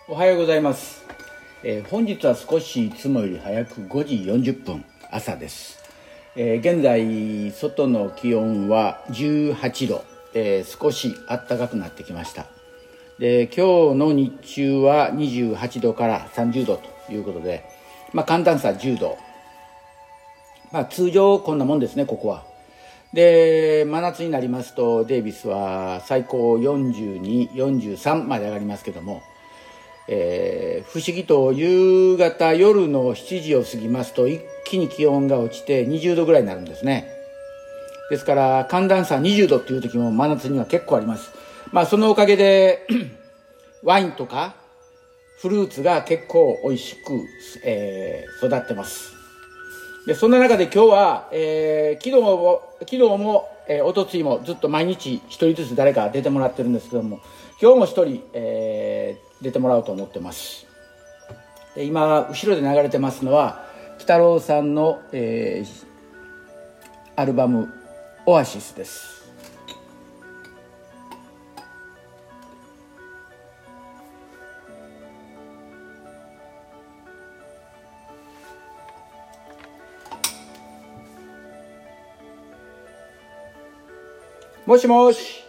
おはようございます。本日は少しいつもより早く5時40分朝です。現在外の気温は18度、少し暖かくなってきました。で、今日の日中は28度から30度ということで、寒暖差10度、通常こんなもんですね、ここは。で、真夏になりますとデイビスは最高42、43まで上がりますけども、不思議と夕方夜の7時を過ぎますと一気に気温が落ちて20度ぐらいになるんですね。ですから寒暖差20度っていう時も真夏には結構あります。そのおかげでワインとかフルーツが結構美味しく、育ってます。で、そんな中で今日は、昨日も、おとついもずっと毎日一人ずつ誰か出てもらってるんですけども、今日も一人、出てもらおうと思ってます。で、今後ろで流れてますのは鬼太郎さんの、アルバムオアシスです。もしもし。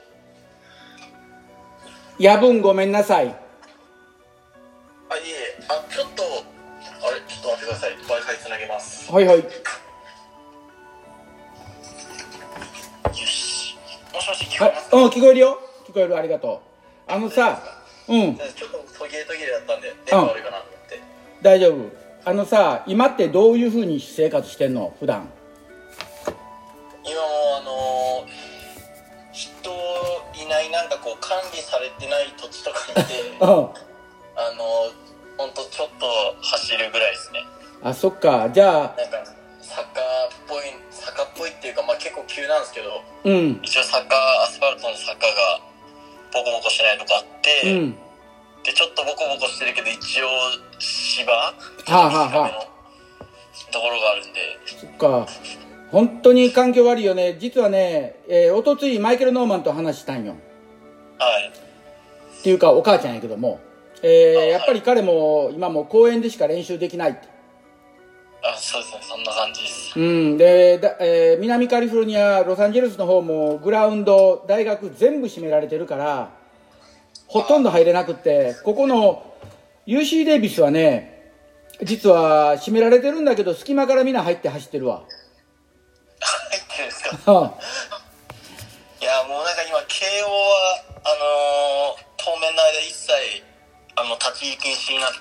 夜分ごめんなさい。 いえ、ちょっと待ってください。Wi-Fi つなげます。 はいはい。 よし。もしもし、聞こえますか？ 聞こえるよ。聞こえる、ありがとう。さ、 ちょっと途切れだったんで、電話悪いかなと思って。 大丈夫。さ、今ってどういう風に生活してんの、普段？ 今も人いない管理されてない土地とかにてほんとちょっと走るぐらいですね。 あ、そっか。じゃあ坂っぽいっていうか、結構急なんですけど、一応アスファルトの坂がボコボコしないとこあって、でちょっとボコボコしてるけど一応芝短めのところがあるんで。 そっか。本当に環境悪いよね。実はね、おとついマイケル・ノーマンと話したんよ。 はい。 っていうかお母ちゃんやけども、やっぱり彼も今も公園でしか練習できないって。 そうですね、そんな感じです。 で、南カリフォルニア、ロサンゼルスの方もグラウンド、大学全部閉められてるからほとんど入れなくって、ここの UC デイビスはね、実は閉められてるんだけど隙間からみんな入って走ってるわ。 入ってるんですか？いや、もう今慶応は当面の間一切立ち入り禁止になって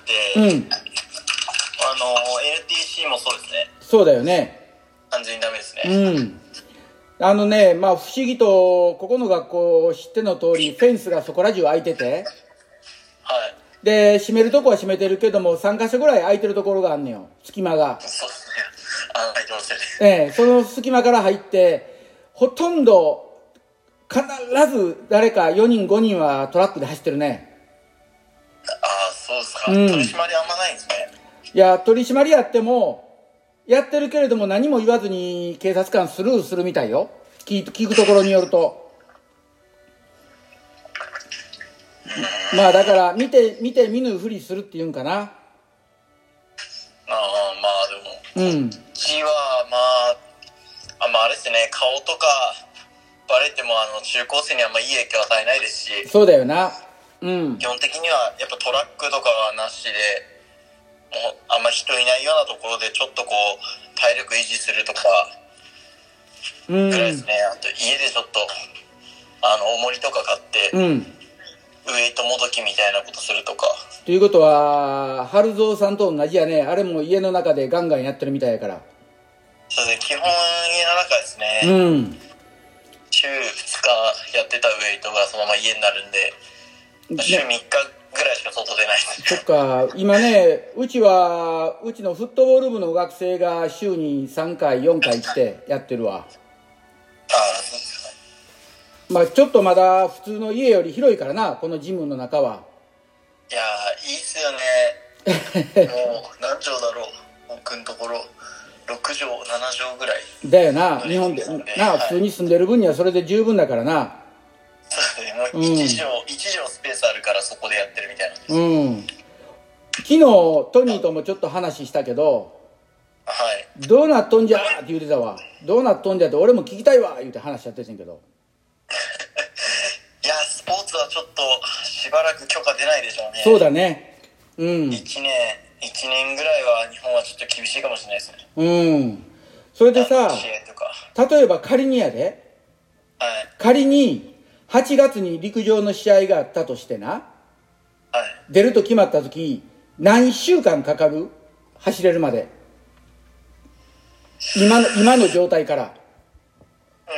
、LTC もそうですね。 そうだよね。 完全にダメですね。 不思議とここの学校を知っての通りフェンスがそこら中開いてて、 はい。 で、閉めるとこは閉めてるけども3カ所ぐらい開いてるところがあんのよ、隙間が。 そうですね。開いてますよね。 その隙間から入ってほとんど必ず誰か4人5人はトラックで走ってるね。 そうですか。取り締まりあんまないんですね。 いや、取り締まりやってもやってるけれども何も言わずに警察官スルーするみたいよ。聞くところによると。だから見て見ぬふりするっていうんかな。 でも、こっちはあれですね、顔とかバレても中高生にはあんまいい影響を与えないですし。 そうだよな。 基本的にはやっぱトラックとかはなしで、もうあんま人いないようなところでちょっと体力維持するとかぐらいですね。あと家でちょっと重りとか買って、ウエイトもどきみたいなことするとか。 ということは春蔵さんと同じやね。あれも家の中でガンガンやってるみたいやから。 そうですね、基本家の中ですね。週2日やってたウエイトがそのまま家になるんで、週3日ぐらいしか外出ないです。 そっか。今ね、うちのフットボール部の学生が週に3回4回来てやってるわ。 そうですか。ちょっとまだ普通の家より広いからな、このジムの中は。 いやいいっすよね。もう何畳だろう、僕のところ6畳7畳ぐらいだよな。日本でな、普通に住んでる分にはそれで十分だからな。 そうですね、もう1畳スペースあるからそこでやってるみたいなんです。 昨日トニーともちょっと話したけど、 はい。 どうなっとんじゃって言うてたわ。どうなっとんじゃって俺も聞きたいわ言うて話しちゃっててんけど。 いや、スポーツはちょっとしばらく許可出ないでしょうね。 そうだね。うん。 1年ぐらいは日本はちょっと厳しいかもしれないですね。 うん。それでさ、 試合とか。 例えば仮にやで、 はい。 仮に8月に陸上の試合があったとしてな、 はい。 出ると決まった時、何週間かかる？走れるまで。今の状態から。 あ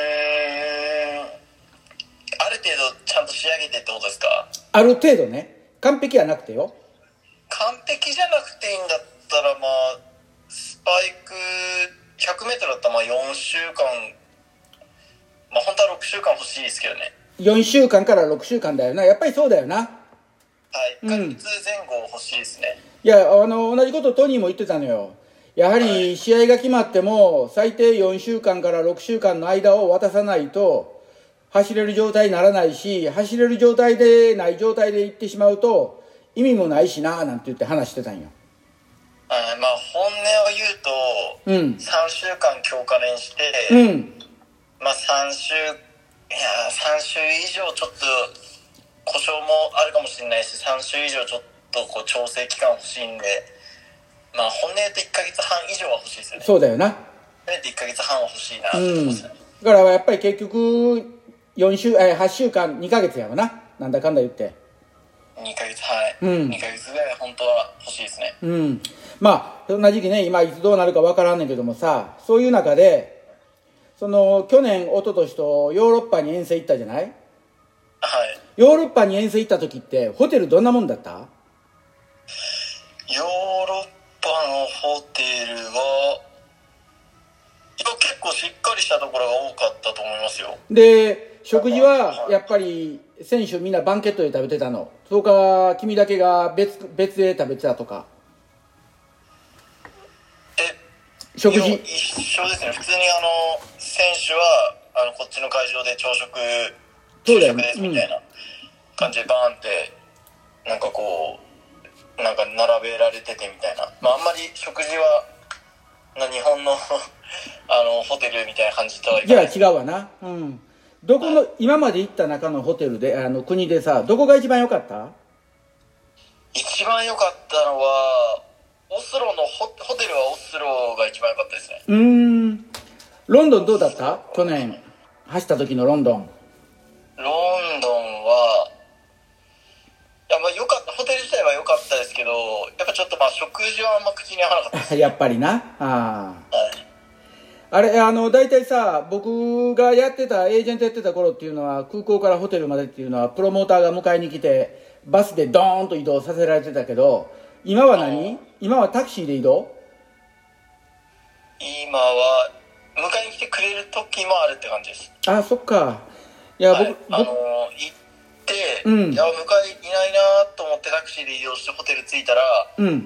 る程度ちゃんと仕上げてってことですか？ ある程度ね。完璧はなくてよ。 完璧じゃなくていいんだったら、まあ、スパイク 100m だったらまあ4週間、まあ本当は6週間欲しいですけどね。 4週間から6週間だよな。やっぱりそうだよな。 はい。1ヶ月前後欲しいですね。 いや、同じことトニーも言ってたのよ。やはり試合が決まっても、最低4週間から6週間の間を渡さないと、走れる状態にならないし、走れる状態でない状態で行ってしまうと、意味もないしな、なんて言って話してたんよ。 まあ本音を言うと、3週間強化練して、まあ3週以上ちょっと故障もあるかもしれないし、3週以上ちょっとこう調整期間欲しいんで、まあ本音言うと1ヶ月半以上は欲しいですよね。 そうだよな。 せめて1ヶ月半は欲しいなと思いますね。 だからやっぱり結局8週間2ヶ月やわな。なんだかんだ言って。 2ヶ月、はい。2ヶ月ぐらい本当は欲しいですね。 まあ、そんな時期ね、今いつどうなるかわからんねんけどもさ、そういう中で、去年、一昨年とヨーロッパに遠征行ったじゃない？ はい。 ヨーロッパに遠征行った時って、ホテルどんなもんだった？ ヨーロッパのホテルは、結構しっかりしたところが多かったと思いますよ。 で、食事はやっぱり選手みんなバンケットで食べてたの？そうか、君だけが別で食べてたとか？食事一緒ですね。普通に選手はこっちの会場で朝食ですみたいな感じでバーンってなんかこうなんか並べられててみたいな。まああんまり食事は日本のホテルみたいな感じとはいかない。 いや違うわな。どこの、今まで行った中のホテルで国でさ、どこが一番良かった？ 一番良かったのはオスロのホテルはオスロが一番良かったですね。 ロンドンどうだった？去年走った時のロンドンは、いやまあ良かった。ホテル自体は良かったですけど、やっぱちょっとまあ食事はあんま口に合わなかったです。 やっぱりな。あれ、大体さ、僕がエージェントやってた頃っていうのは、空港からホテルまでっていうのは、プロモーターが迎えに来て、バスでドーンと移動させられてたけど、今は何？今はタクシーで移動？ 今は、迎えに来てくれる時もあるって感じです。 あ、そっか。いや、 行って、いや、迎えいないなと思ってタクシーで移動してホテル着いたら、あれ、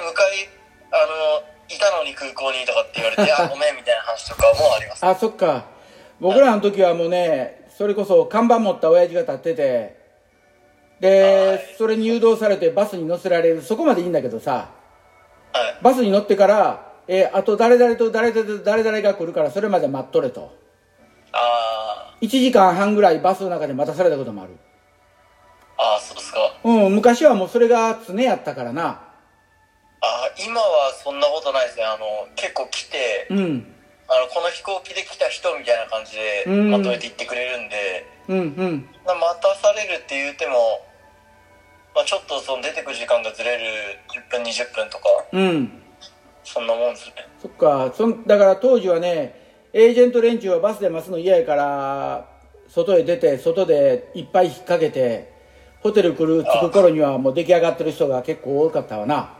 いたのに空港にとかって言われて、ごめんみたいな話とかもあります。 あ、そっか。僕らの時はもうね、それこそ看板持った親父が立ってて、で、それに誘導されてバスに乗せられる。そこまでいいんだけどさ、バスに乗ってから、あと誰々と誰々が来るからそれまで待っとれと。1時間半ぐらいバスの中で待たされたこともある。 そうですか。 昔はもうそれが常やったからな。 今はそんなことないですね。結構来て、この飛行機で来た人みたいな感じでまとめて行ってくれるんで、待たされるって言うても、ちょっとその出てくる時間がずれる10分20分とか、そんなもんですね。 そっか。だから当時はね、エージェント連中はバスで待つの嫌やから外へ出て外でいっぱい引っ掛けてホテル着く頃にはもう出来上がってる人が結構多かったわな。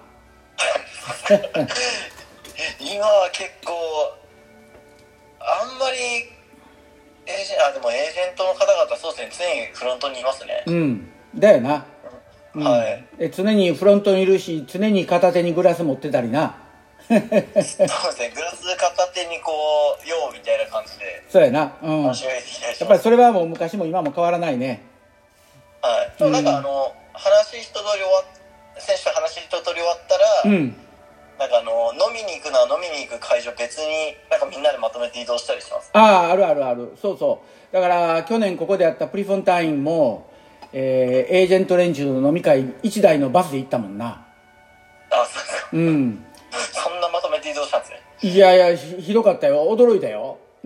今は結構あんまりでもエージェントの方々そうですね、常にフロントにいますね。 だよな。常にフロントにいるし、常に片手にグラス持ってたりな。 そうですね、グラス片手にこうようみたいな感じで。 そうやな。やっぱりそれはもう昔も今も変わらないね。 でもなんか話一通り終わっ選手と話一通り終わったら、 うん。 なんか飲みに行くのは飲みに行く会場別になんかみんなでまとめて移動したりします。 ああ、あるあるある。そうそう。だから、去年ここでやったプリフォンタインも、エージェント連中の飲み会1台のバスで行ったもんな。 あ、そうですか。 うん。 そんなまとめて移動したんですね。 いやいや、ひどかったよ。驚いたよ。うん。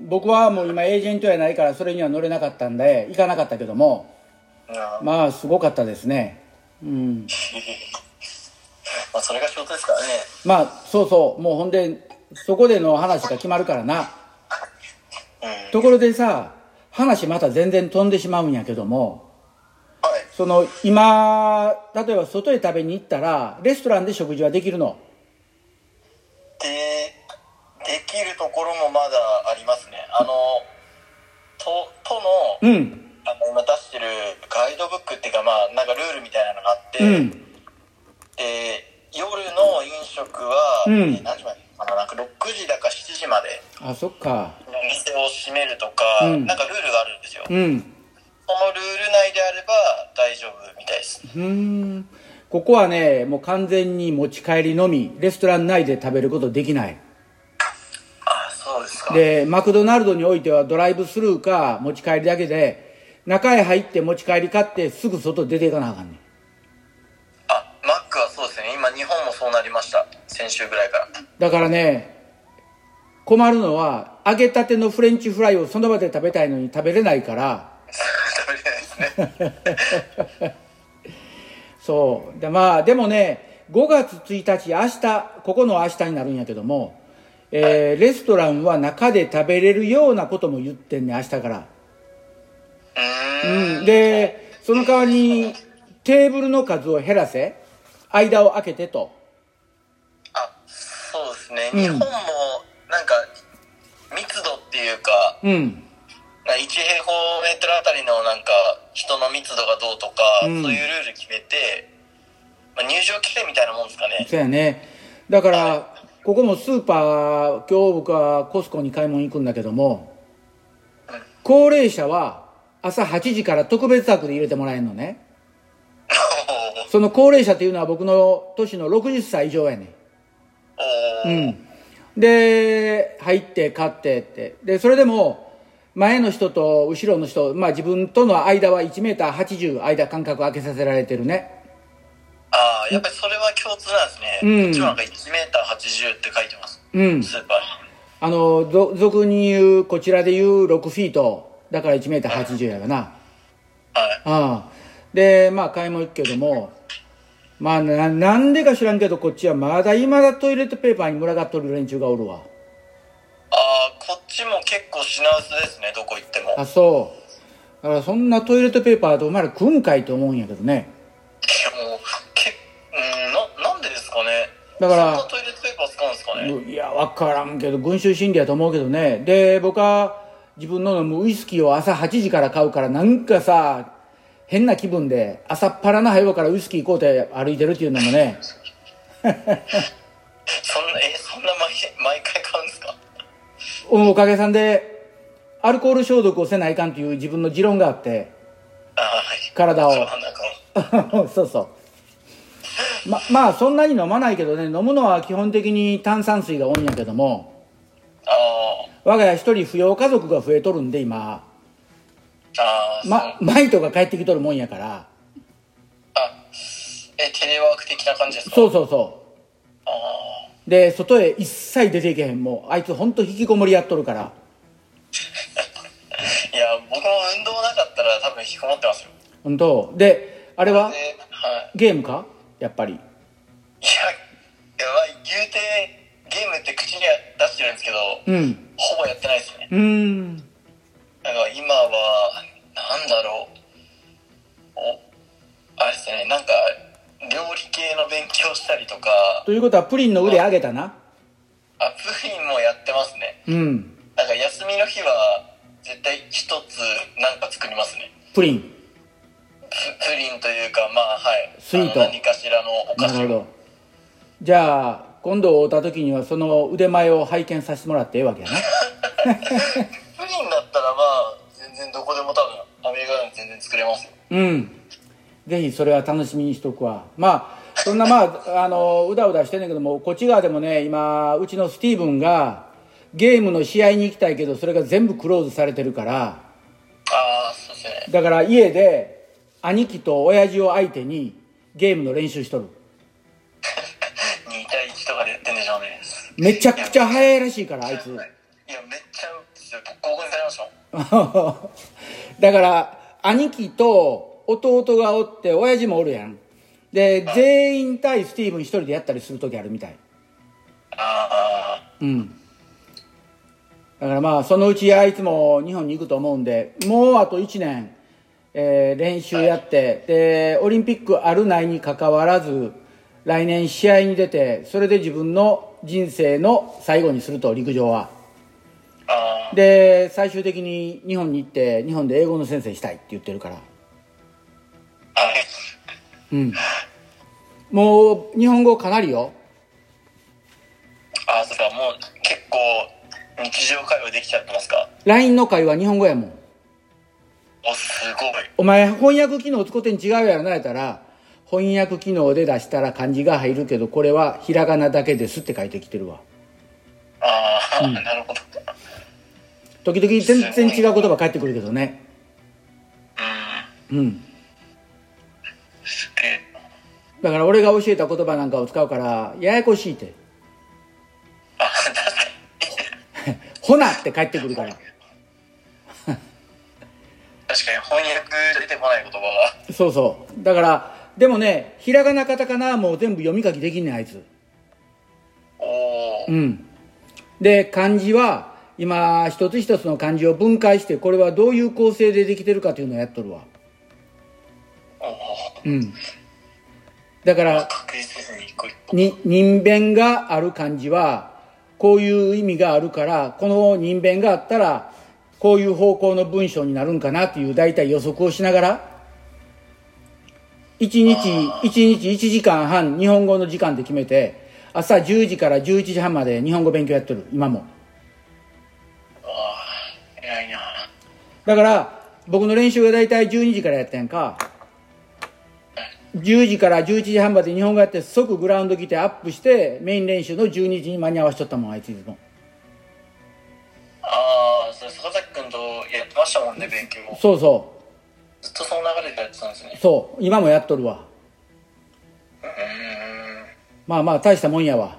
僕はもう今エージェントやないからそれには乗れなかったんで、行かなかったけども、まあ、すごかったですね。うん。 まあ、それが仕事ですからね。 まあ、そうそう。もうほんで、そこでの話が決まるからな。ところでさ、話また全然飛んでしまうんやけども、 はい。 その、今、例えば外へ食べに行ったら、レストランで食事はできるの？ できるところもまだありますね。都うん。 の、今出してるガイドブックっていうか、まあ、なんかルールみたいなのがあって、 うん。 夜の飲食は、 うん何時までなんか6時だか7時まであ、そっか。 店を閉めるとか、なんかルールがあるんですよ。 うん。 そのルール内であれば大丈夫みたいです。 ここはね、もう完全に持ち帰りのみ、レストラン内で食べることできない。 あ、そうですか。 で、マクドナルドにおいてはドライブスルーか持ち帰りだけで、中へ入って持ち帰り買ってすぐ外出ていかなあかんねん。 あ、マックはそうですね。今日本もそうなりました。先週ぐらいから。 だからね、困るのは、揚げたてのフレンチフライをその場で食べたいのに食べれないから、 食べれないですね。 そうで、まあでもね、5月1日明日、ここの明日になるんやけども、レストランは中で食べれるようなことも言ってんね、明日から。でその代わりにテーブルの数を減らせ、間を空けてと。 あ、そうですね。日本もなんか密度っていうか、1平方メートルあたりのなんか人の密度がどうとか、そういうルール決めて、まあ、入場規制みたいなもんですかね。 そうやね。だから、ここもスーパー、今日僕はコスコに買い物行くんだけども、高齢者は朝8時から特別枠で入れてもらえるのね。その高齢者っていうのは僕の年の60歳以上やね。で、入って買ってって。で、それでも、前の人と後ろの人、まあ自分との間は1メーター80間間空けさせられてるね。 ああ、やっぱりそれは共通なんですね。こっちもなんか1メーター80って書いてます。スーパーに。俗に言う、こちらで言う6フィート。だから1メーター80やがな。で、まあ買い物行くけども、まあなんでか知らんけど、こっちはまだトイレットペーパーに群がっとる連中がおるわ。 こっちも結構品薄ですね、どこ行っても。 あ、そう。だからそんなトイレットペーパーとお前ら食うんかいと思うんやけどね。 いやもうなんでですかね。 だからそんなトイレットペーパー使うんですかね。 いや、わからんけど、群衆心理やと思うけどね。で、僕は自分の飲むウイスキーを朝8時から買うから、なんかさ、変な気分で、朝っぱらの早うからウイスキー買うて歩いてるっていうのもね。 そんな毎回買うんですか？ おかげさんで、アルコール消毒をせないかんっていう自分の持論があって、体を。そうそう。まあ、そんなに飲まないけどね、飲むのは基本的に炭酸水が多いんやけども、我が家一人扶養家族が増えとるんで、今。マイトが帰ってきとるもんやから。 テレワーク的な感じですか？ そうで、外へ一切出ていけへん。もうあいつほんと引きこもりやっとるから。 いや、僕も運動なかったら多分引きこもってますよ。 本当で、あれはゲームかやっぱり。いや、 言うてゲームって口には出してるんですけど、ほぼやってないですね。だから今はなんだろう、あれですね、なんか料理系の勉強したりとか。 ということはプリンの腕上げたな。 プリンもやってますね。なんか休みの日は絶対一つなんか作りますね。プリンというか、まあスイート、 何かしらのお菓子を。 なるほど。じゃあ今度会った時にはその腕前を拝見させてもらっていいわけやな。 プリンだったらまあ全然どこでも多分アメリカでも全然作れますよ。 ぜひそれは楽しみにしとくわ。まあそんなまあうだうだしてんねんけども、こっち側でもね、今うちのスティーブンがゲームの試合に行きたいけど、それが全部クローズされてるから、 そうですね。 だから家で兄貴と親父を相手にゲームの練習しとる。 2対1とかでやってんでしょうね。 めちゃくちゃ速いらしいからあいつ。 いやめっちゃ興奮されましたもん。 だから兄貴と弟がおって親父もおるやん。で全員対スティーブン一人でやったりする時あるみたい。うん。だからまあそのうちあいつも日本に行くと思うんで、もうあと1年、練習やって、でオリンピックあるないにかかわらず来年試合に出て、それで自分の人生の最後にすると、陸上は。で最終的に日本に行って日本で英語の先生したいって言ってるから。うん。もう日本語かなりよ。 そうか、もう結構日常会話できちゃってますか？ LINE の会話日本語やもん。 すごい。 お前翻訳機能使ってん違うやろなやったら、翻訳機能で出したら漢字が入るけど、これはひらがなだけですって書いてきてるわ。 なるほど。 時々全然違う言葉返ってくるけどね。うん。 すげえ。 だから俺が教えた言葉なんかを使うからややこしいって。 確かに。 ほなって返ってくるから。 確かに翻訳出てこない言葉が。 そうそう。だからでもね、ひらがなカタカナもう全部読み書きできんねんあいつ。うん。で漢字は今一つ一つの漢字を分解して、これはどういう構成でできてるかというのをやっとるわ。うん。だから人弁がある漢字はこういう意味があるから、この人弁があったらこういう方向の文章になるんかなっていう大体予測をしながら、1日1時間半日本語の時間で決めて、朝10時から11時半まで日本語勉強やってる今も。 偉いな。 だから僕の練習が大体12時からやったやんか。10時から11時半まで日本語やって、即グラウンド来てアップしてメイン練習の12時に間に合わせとったもんあいついつも。 それ坂崎君とやってましたもんね、勉強も。 そうそう。 ずっとその流れでやってたんですね。 そう、今もやっとるわ。まあまあ大したもんやわ。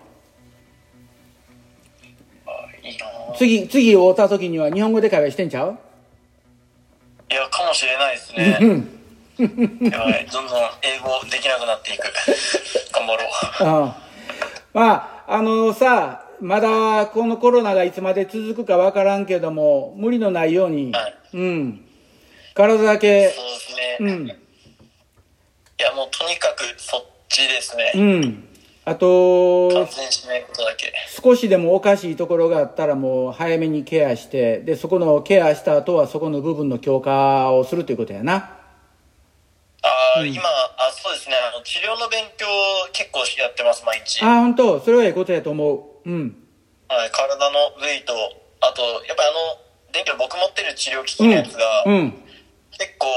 いいな。 次会うた時には日本語で会話してんちゃう？ いや、かもしれないですね。やばい、どんどん英語できなくなっていく。頑張ろう。 まあさ、まだこのコロナがいつまで続くかわからんけども、無理のないように、体だけ。 そうですね。いや、もうとにかくそっちですね。 あと感染しないことだけ。 少しでもおかしいところがあったらもう早めにケアして、でそこのケアした後はそこの部分の強化をするということやな。 今そうですね、治療の勉強結構やってます、毎日。 本当、それはいいことやと思う。 はい、体の部位と、あとやっぱり僕持ってる治療機器のやつが、結構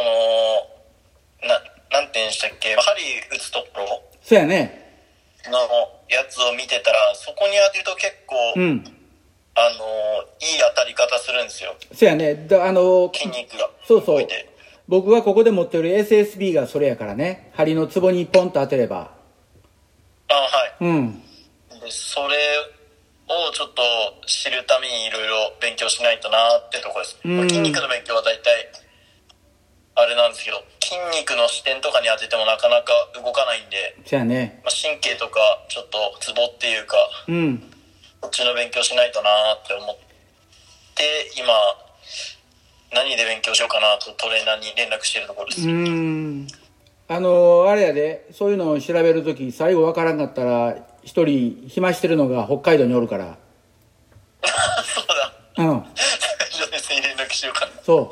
なんて言うんでしたっけ、針打つところそうやねのやつを見てたら、そこに当てると結構、いい当たり方するんですよ。 そうやね。 筋肉がそうそう。僕はここで持ってる SSB がそれやからね。針のツボにポンと当てれば。 はい。でそれをちょっと知るためにいろいろ勉強しないとなってところです。筋肉の勉強は大体あれなんですけど、筋肉の視点とかに当ててもなかなか動かないんで。 そうやね。 神経とかちょっとツボっていうか、こっちの勉強しないとなって思って今。何で勉強しようかなとトレーナーに連絡してるところです。 あれやで、そういうのを調べるとき最後わからんかったら一人暇してるのが北海道におるから。 そうだ。別に連絡しようかな。 そう。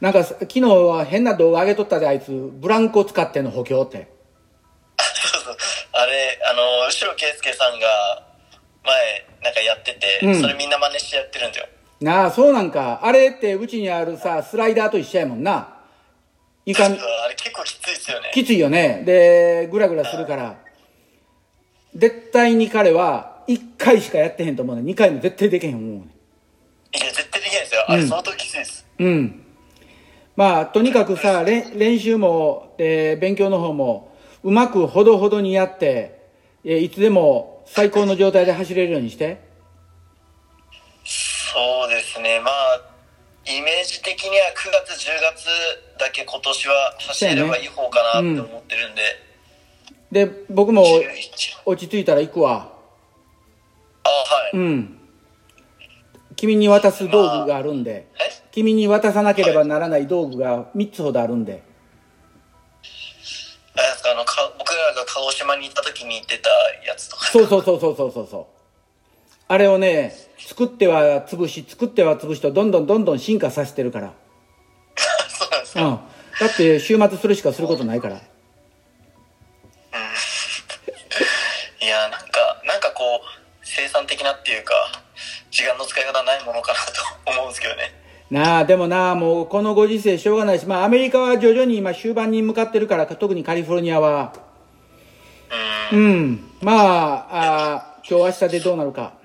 なんか昨日は変な動画上げとったで、あいつブランコ使っての補強って。 そうあれ後ろ圭介さんが前なんかやってて、それみんな真似してやってるんだよ。 そうなんか。あれってうちにあるさ、スライダーと一緒やもんな。 あれ結構きついですよね。 きついよね。で、グラグラするから。絶対に彼は1回しかやってへんと思うね。2回も絶対できへん思うね。 いや、絶対できないですよ。あれ相当きついです。 うん。まあ、とにかくさ、練習も、勉強の方も、うまくほどほどにやって、いつでも最高の状態で走れるようにして。 そうですね。まあ、イメージ的には9月、10月だけ今年は走れればいい方かなって思ってるんで。 で、僕も落ち着いたら行くわ。 あ、はい。 うん。君に渡す道具があるんで、君に渡さなければならない道具が3つほどあるんで。 僕らが鹿児島に行った時に言ってたやつとか。 そう。あれをね、作っては潰しとどんどん進化させてるから。 そうなんですか。 うん。だって週末するしかすることないから。 いや、なんかこう、生産的なっていうか、時間の使い方ないものかなと思うんですけどね。 なあ、でもなあ、もうこのご時世しょうがないし、まあアメリカは徐々に今終盤に向かってるから、特にカリフォルニアは。まあ、今日明日でどうなるか。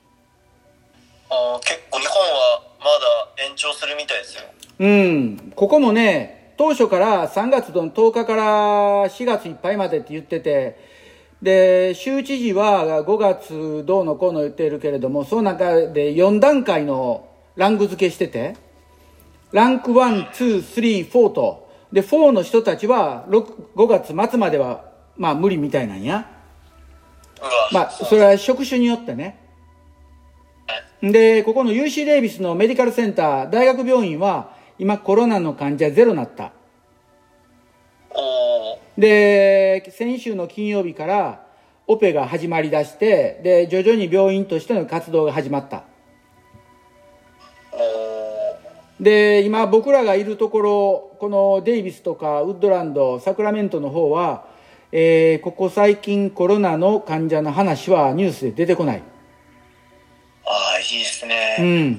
結構日本はまだ延長するみたいですよ。 ここもね、当初から3月の10日から4月いっぱいまでって言ってて、で、州知事は5月どうのこうの言ってるけれども、その中で4段階のランク付けしてて、ランク1、2、3、4と、で、4の人たちは5月末までは、まあ無理みたいなんや。まあ、それは職種によってね。で、ここの UC デイビスのメディカルセンター、大学病院は、今コロナの患者ゼロになった。で、先週の金曜日からオペが始まりだして、で、徐々に病院としての活動が始まった。で、今僕らがいるところ、このデイビスとかウッドランド、サクラメントの方は、ここ最近コロナの患者の話はニュースで出てこない。 ああ、いいですね。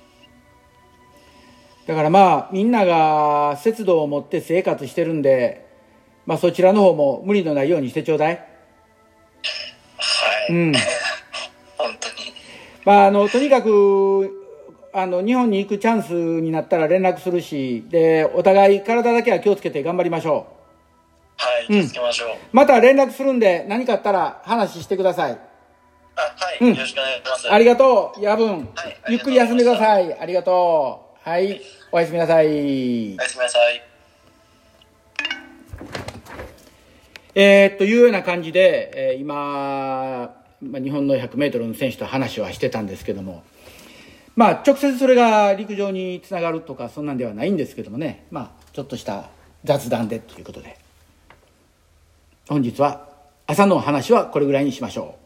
だからまあ、みんなが節度を持って生活してるんで、まあそちらの方も無理のないようにしてちょうだい。 はい。本当に。 まあとにかく、日本に行くチャンスになったら連絡するし、で、お互い体だけは気をつけて頑張りましょう。はい、気をつけましょう。 また連絡するんで、何かあったら話してください。 はい、よろしくお願いします。 ありがとう、夜分。ゆっくり休んでください。ありがとう。はい、おやすみなさい。 おやすみなさい。 というような感じで、今、日本の100メートルの選手と話はしてたんですけども、まあ、直接それが陸上につながるとか、そんなんではないんですけどもね、まあ、ちょっとした雑談でということで、本日は朝の話はこれぐらいにしましょう。